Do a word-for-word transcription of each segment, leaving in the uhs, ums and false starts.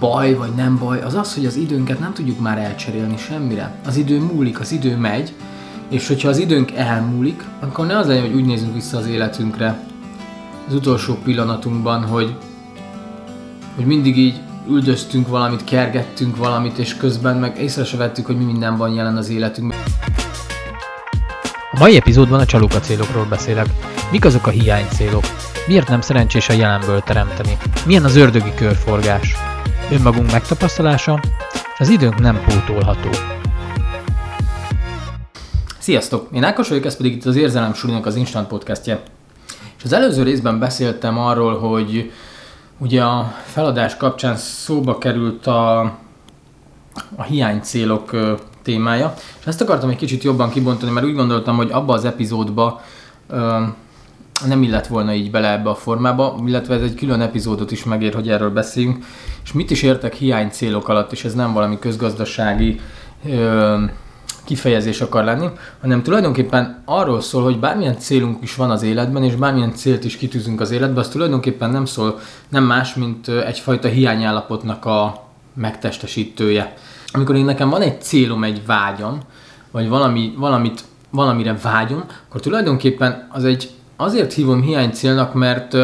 baj vagy nem baj, az az, hogy az időnket nem tudjuk már elcserélni semmire. Az idő múlik, az idő megy, és hogyha az időnk elmúlik, akkor ne az legyen, hogy úgy nézünk vissza az életünkre az utolsó pillanatunkban, hogy, hogy mindig így üldöztünk valamit, kergettünk valamit, és közben meg észre se vettük, hogy mi minden van jelen az életünkben. A mai epizódban a csalóka célokról beszélek. Mik azok a hiánycélok? Miért nem szerencsés a jelenből teremteni? Milyen az ördögi körforgás? Önmagunk megtapasztalása, és az időnk nem pótolható. Sziasztok! Én Ákos vagyok, ez pedig itt az Érzelem Sulinak az Instant Podcastje. És az előző részben beszéltem arról, hogy ugye a feladás kapcsán szóba került a, a hiánycélok témája, és ezt akartam egy kicsit jobban kibontani, mert úgy gondoltam, hogy abba az epizódba ö, nem illett volna így bele ebbe a formába, illetve ez egy külön epizódot is megér, hogy erről beszéljünk. És mit is értek hiánycélok alatt, és ez nem valami közgazdasági ö, kifejezés akar lenni, hanem tulajdonképpen arról szól, hogy bármilyen célunk is van az életben, és bármilyen célt is kitűzünk az életbe, az tulajdonképpen nem szól, nem más, mint egyfajta hiányállapotnak a megtestesítője. Amikor én nekem van egy célom, egy vágyam, vagy valami, valamit, valamire vágyom, akkor tulajdonképpen az egy, azért hívom hiánycélnak, mert,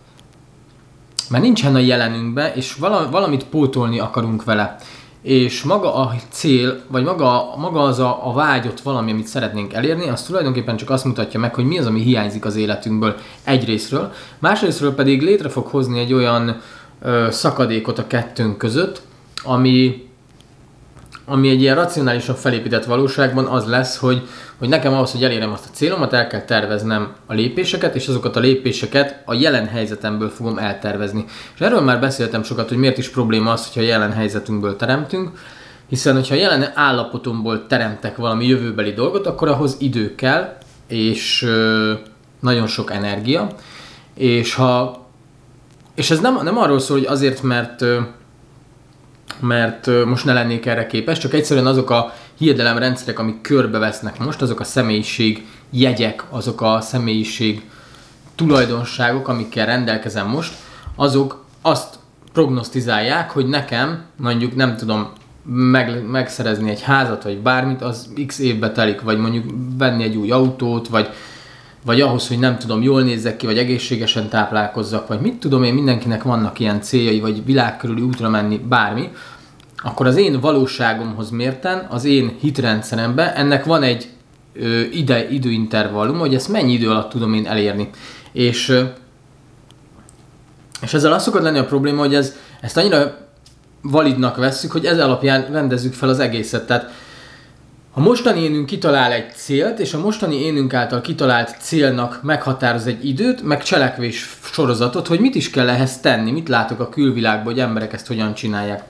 mert nincsen a jelenünkben, és valamit pótolni akarunk vele. És maga a cél, vagy maga, maga az a, a vágyott valami, amit szeretnénk elérni, az tulajdonképpen csak azt mutatja meg, hogy mi az, ami hiányzik az életünkből egyrészről. Másrészről pedig létre fog hozni egy olyan ö, szakadékot a kettőnk között, ami, ami egy ilyen racionálisabb felépített valóságban az lesz, hogy, hogy nekem ahhoz, hogy elérjem azt a célomat, el kell terveznem a lépéseket, és azokat a lépéseket a jelen helyzetemből fogom eltervezni. És erről már beszéltem sokat, hogy miért is probléma az, hogyha a jelen helyzetünkből teremtünk, hiszen hogyha a jelen állapotomból teremtek valami jövőbeli dolgot, akkor ahhoz idő kell, és ö, nagyon sok energia, és, ha, és ez nem, nem arról szól, hogy azért, mert ö, mert most ne lennék erre képes, csak egyszerűen azok a hiedelemrendszerek, amik körbevesznek most, azok a személyiség jegyek, azok a személyiség tulajdonságok, amikkel rendelkezem most, azok azt prognosztizálják, hogy nekem, mondjuk nem tudom meg, megszerezni egy házat, vagy bármit, az x évbe telik, vagy mondjuk venni egy új autót, vagy vagy ahhoz, hogy nem tudom, jól nézzek ki, vagy egészségesen táplálkozzak, vagy mit tudom én, mindenkinek vannak ilyen céljai, vagy világ körüli útra menni, bármi, akkor az én valóságomhoz mérten, az én hitrendszeremben ennek van egy ö, ide, időintervallum, hogy ezt mennyi idő alatt tudom én elérni. És, ö, és ezzel az szokott lenni a probléma, hogy ez, ezt annyira validnak vesszük, hogy ez alapján rendezzük fel az egészet. Tehát a mostani énünk kitalál egy célt, és a mostani énünk által kitalált célnak meghatároz egy időt, meg cselekvés sorozatot, hogy mit is kell ehhez tenni, mit látok a külvilágban, hogy emberek ezt hogyan csinálják.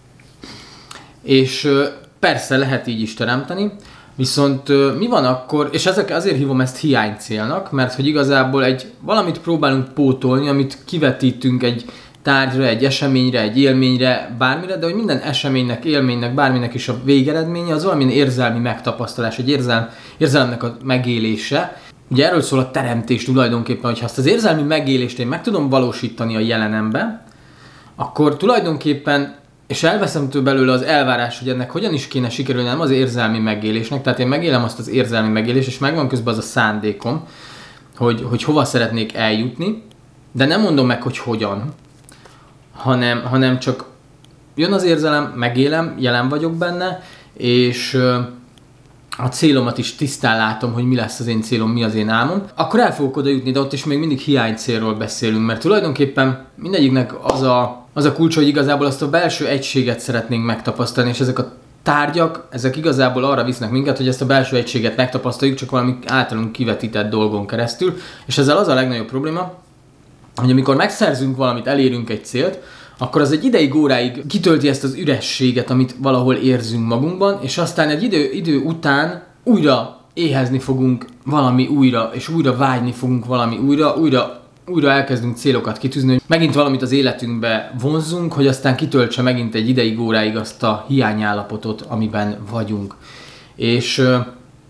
És persze lehet így is teremteni, viszont mi van akkor, és ezek, azért hívom ezt hiánycélnak, mert hogy igazából egy valamit próbálunk pótolni, amit kivetítünk egy tárgyra, egy eseményre, egy élményre, bármire, de hogy minden eseménynek, élménynek, bárminek is a végeredménye az valamilyen érzelmi megtapasztalás, egy érzelm, érzelemnek a megélése. Ugye erről szól a teremtés tulajdonképpen, hogyha azt az érzelmi megélést én meg tudom valósítani a jelenembe, akkor tulajdonképpen, és elveszem tőle belőle az elvárás, hogy ennek hogyan is kéne sikerülni, nem az érzelmi megélésnek, tehát én megélem azt az érzelmi megélést, és megvan közben az a szándékom, hogy, hogy hova szeretnék eljutni, de nem mondom meg, hogy hogyan. Hanem, hanem csak jön az érzelem, megélem, jelen vagyok benne, és a célomat is tisztán látom, hogy mi lesz az én célom, mi az én álmom, akkor el fogok oda jutni, de ott is még mindig hiánycélról beszélünk, mert tulajdonképpen mindegyiknek az a, az a kulcs, hogy igazából azt a belső egységet szeretnénk megtapasztalni, és ezek a tárgyak, ezek igazából arra visznek minket, hogy ezt a belső egységet megtapasztaljuk, csak valami általunk kivetített dolgon keresztül, és ezzel az a legnagyobb probléma, hogy amikor megszerzünk valamit, elérünk egy célt, akkor az egy ideig, óráig kitölti ezt az ürességet, amit valahol érzünk magunkban, és aztán egy idő, idő után újra éhezni fogunk valami újra, és újra vágyni fogunk valami újra, újra, újra elkezdünk célokat kitűzni, hogy megint valamit az életünkbe vonzzunk, hogy aztán kitöltse megint egy ideig, óráig azt a hiányállapotot, amiben vagyunk. És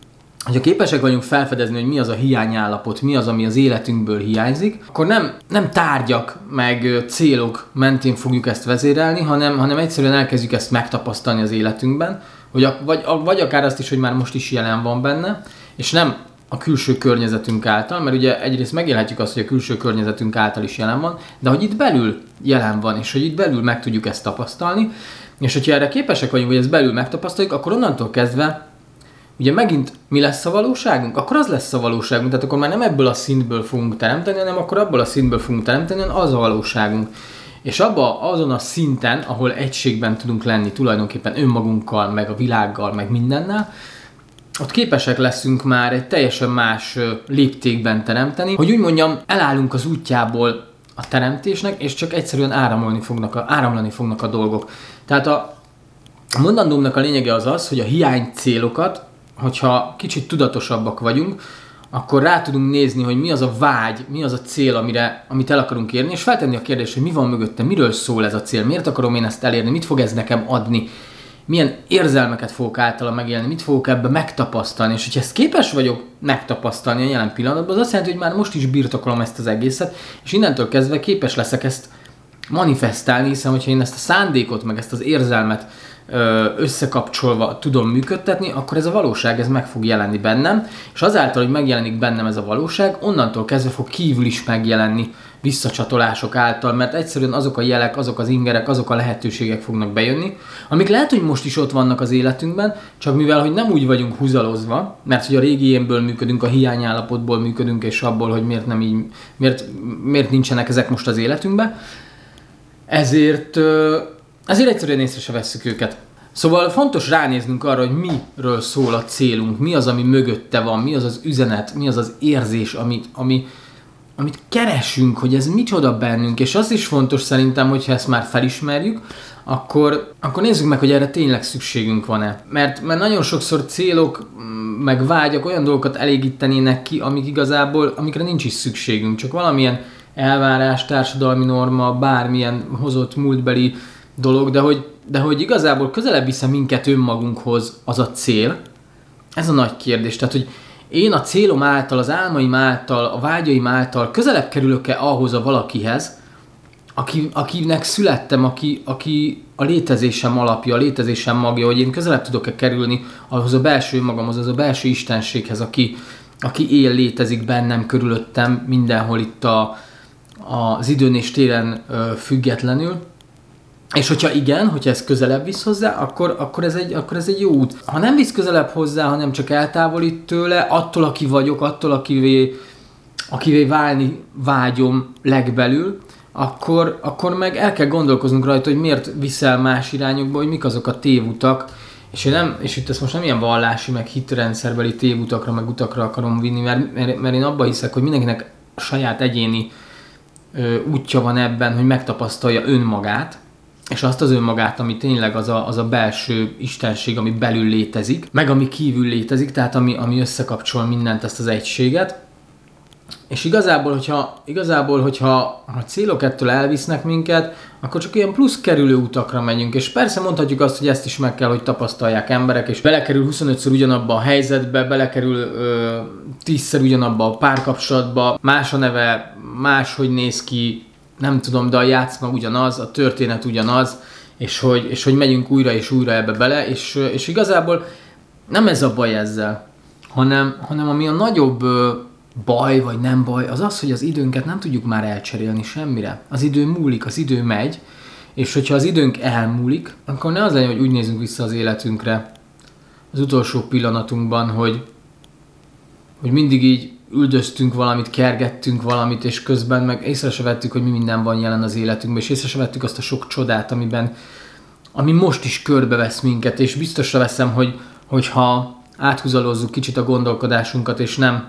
hogyha képesek vagyunk felfedezni, hogy mi az a hiányállapot, mi az, ami az életünkből hiányzik, akkor nem, nem tárgyak meg célok mentén fogjuk ezt vezérelni, hanem, hanem egyszerűen elkezdjük ezt megtapasztalni az életünkben, hogy a, vagy, a, vagy akár azt is, hogy már most is jelen van benne, és nem a külső környezetünk által, mert ugye egyrészt megélhetjük azt, hogy a külső környezetünk által is jelen van, de hogy itt belül jelen van, és hogy itt belül meg tudjuk ezt tapasztalni, és hogyha erre képesek vagyunk, hogy ezt belül megtapasztaljuk, akkor onnantól kezdve ugye megint mi lesz a valóságunk? Akkor az lesz a valóságunk, tehát akkor már nem ebből a szintből fogunk teremteni, hanem akkor abból a szintből fogunk teremteni, hanem az a valóságunk. És abba azon a szinten, ahol egységben tudunk lenni tulajdonképpen önmagunkkal, meg a világgal, meg mindennel, ott képesek leszünk már egy teljesen más léptékben teremteni, hogy úgy mondjam, elállunk az útjából a teremtésnek, és csak egyszerűen áramolni fognak a, áramlani fognak a dolgok. Tehát a mondandómnak a lényege az az, hogy a hiány célokat, hogyha kicsit tudatosabbak vagyunk, akkor rá tudunk nézni, hogy mi az a vágy, mi az a cél, amire, amit el akarunk érni, és feltenni a kérdést, hogy mi van mögötte, miről szól ez a cél, miért akarom én ezt elérni, mit fog ez nekem adni, milyen érzelmeket fogok általa megélni, mit fogok ebbe megtapasztalni, és hogyha ezt képes vagyok megtapasztalni a jelen pillanatban, az azt jelenti, hogy már most is birtokolom ezt az egészet, és innentől kezdve képes leszek ezt manifestálni, hiszen hogyha én ezt a szándékot, meg ezt az érzelmet összekapcsolva tudom működtetni, akkor ez a valóság ez meg fog jelenni bennem, és azáltal, hogy megjelenik bennem ez a valóság, onnantól kezdve fog kívül is megjelenni visszacsatolások által, mert egyszerűen azok a jelek, azok az ingerek, azok a lehetőségek fognak bejönni, amik lehet, hogy most is ott vannak az életünkben, csak mivel, hogy nem úgy vagyunk húzalozva, mert hogy a régi énből működünk, a hiányállapotból működünk, és abból, hogy miért nem így, miért, miért nincsenek ezek most az életünkben, ezért Ezért egyszerűen észre se vesszük őket. Szóval fontos ránéznünk arra, hogy miről szól a célunk, mi az, ami mögötte van, mi az az üzenet, mi az az érzés, amit, ami, amit keresünk, hogy ez micsoda bennünk, és az is fontos szerintem, hogyha ezt már felismerjük, akkor, akkor nézzük meg, hogy erre tényleg szükségünk van-e. Mert, mert nagyon sokszor célok, meg vágyak olyan dolgokat elégítenének ki, amik igazából, amikre nincs is szükségünk, csak valamilyen elvárás, társadalmi norma, bármilyen hozott múltbeli dolog, de hogy, de hogy igazából közelebb visze minket önmagunkhoz az a cél, ez a nagy kérdés. Tehát, hogy én a célom által, az álmaim által, a vágyaim által közelebb kerülök-e ahhoz a valakihez, aki, akinek születtem, aki, aki a létezésem alapja, a létezésem magja, hogy én közelebb tudok-e kerülni ahhoz a belső magamhoz, az a belső istenséghez, aki, aki él, létezik bennem, körülöttem, mindenhol itt a, az időn és téren ö, függetlenül. És hogyha igen, hogyha ez közelebb visz hozzá, akkor, akkor, ez egy, akkor ez egy jó út. Ha nem visz közelebb hozzá, hanem csak eltávolít tőle, attól, aki vagyok, attól, akivé, akivé válni vágyom legbelül, akkor, akkor meg el kell gondolkoznunk rajta, hogy miért viszel más irányokba, hogy mik azok a tévutak. És, én nem, és itt ezt most nem ilyen vallási, meg hitrendszerbeli tévutakra, meg utakra akarom vinni, mert, mert, mert én abban hiszek, hogy mindenkinek saját egyéni ö, útja van ebben, hogy megtapasztalja önmagát, és azt az önmagát, ami tényleg az a, az a belső istenség, ami belül létezik, meg ami kívül létezik, tehát ami, ami összekapcsol mindent, ezt az egységet. És igazából, hogyha, igazából, hogyha ha célok ettől elvisznek minket, akkor csak ilyen plusz kerülő utakra megyünk, és persze mondhatjuk azt, hogy ezt is meg kell, hogy tapasztalják emberek, és belekerül huszonötször ugyanabba a helyzetbe, belekerül ö, tízszer ugyanabba a párkapcsolatba, más a neve, máshogy néz ki, nem tudom, de a játszma ugyanaz, a történet ugyanaz, és hogy, és hogy megyünk újra és újra ebbe bele, és, és igazából nem ez a baj ezzel, hanem, hanem ami a nagyobb baj, vagy nem baj, az az, hogy az időnket nem tudjuk már elcserélni semmire. Az idő múlik, az idő megy, és hogyha az időnk elmúlik, akkor ne az legyen, hogy úgy nézünk vissza az életünkre az utolsó pillanatunkban, hogy, hogy mindig így üldöztünk valamit, kergettünk valamit, és közben meg észre se vettük, hogy mi minden van jelen az életünkben, és észre se vettük azt a sok csodát, amiben, ami most is körbevesz minket, és biztosra veszem, hogy, hogyha áthúzalozzuk kicsit a gondolkodásunkat, és nem,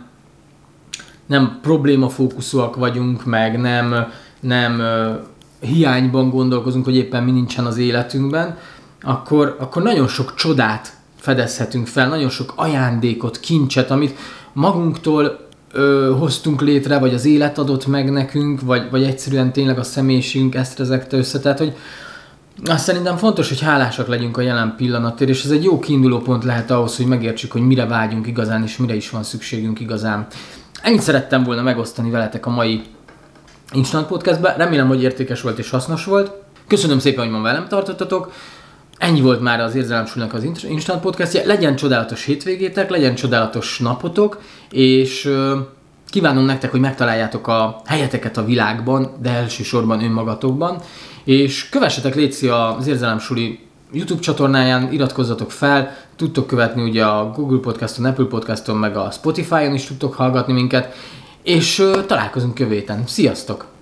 nem problémafókuszúak vagyunk, meg nem, nem uh, hiányban gondolkozunk, hogy éppen mi nincsen az életünkben, akkor, akkor nagyon sok csodát fedezhetünk fel, nagyon sok ajándékot, kincset, amit magunktól ö, hoztunk létre, vagy az élet adott meg nekünk, vagy, vagy egyszerűen tényleg a személyiségünk ezt rezegte össze. Tehát, hogy Azt szerintem fontos, hogy hálásak legyünk a jelen pillanatért, és ez egy jó kiinduló pont lehet ahhoz, hogy megértsük, hogy mire vágyunk igazán, és mire is van szükségünk igazán. Ennyit szerettem volna megosztani veletek a mai Instant Podcastben. Remélem, hogy értékes volt és hasznos volt. Köszönöm szépen, hogy ma velem tartottatok. Ennyi volt már az Érzelemsúlynak az Instant Podcastja. Legyen csodálatos hétvégétek, legyen csodálatos napotok, és kívánom nektek, hogy megtaláljátok a helyeteket a világban, de elsősorban önmagatokban. És kövessetek létszi az Érzelemsúly YouTube csatornáján, iratkozzatok fel, tudtok követni ugye a Google Podcaston, Apple Podcaston, meg a Spotify-on is tudtok hallgatni minket, és találkozunk jövő héten. Sziasztok!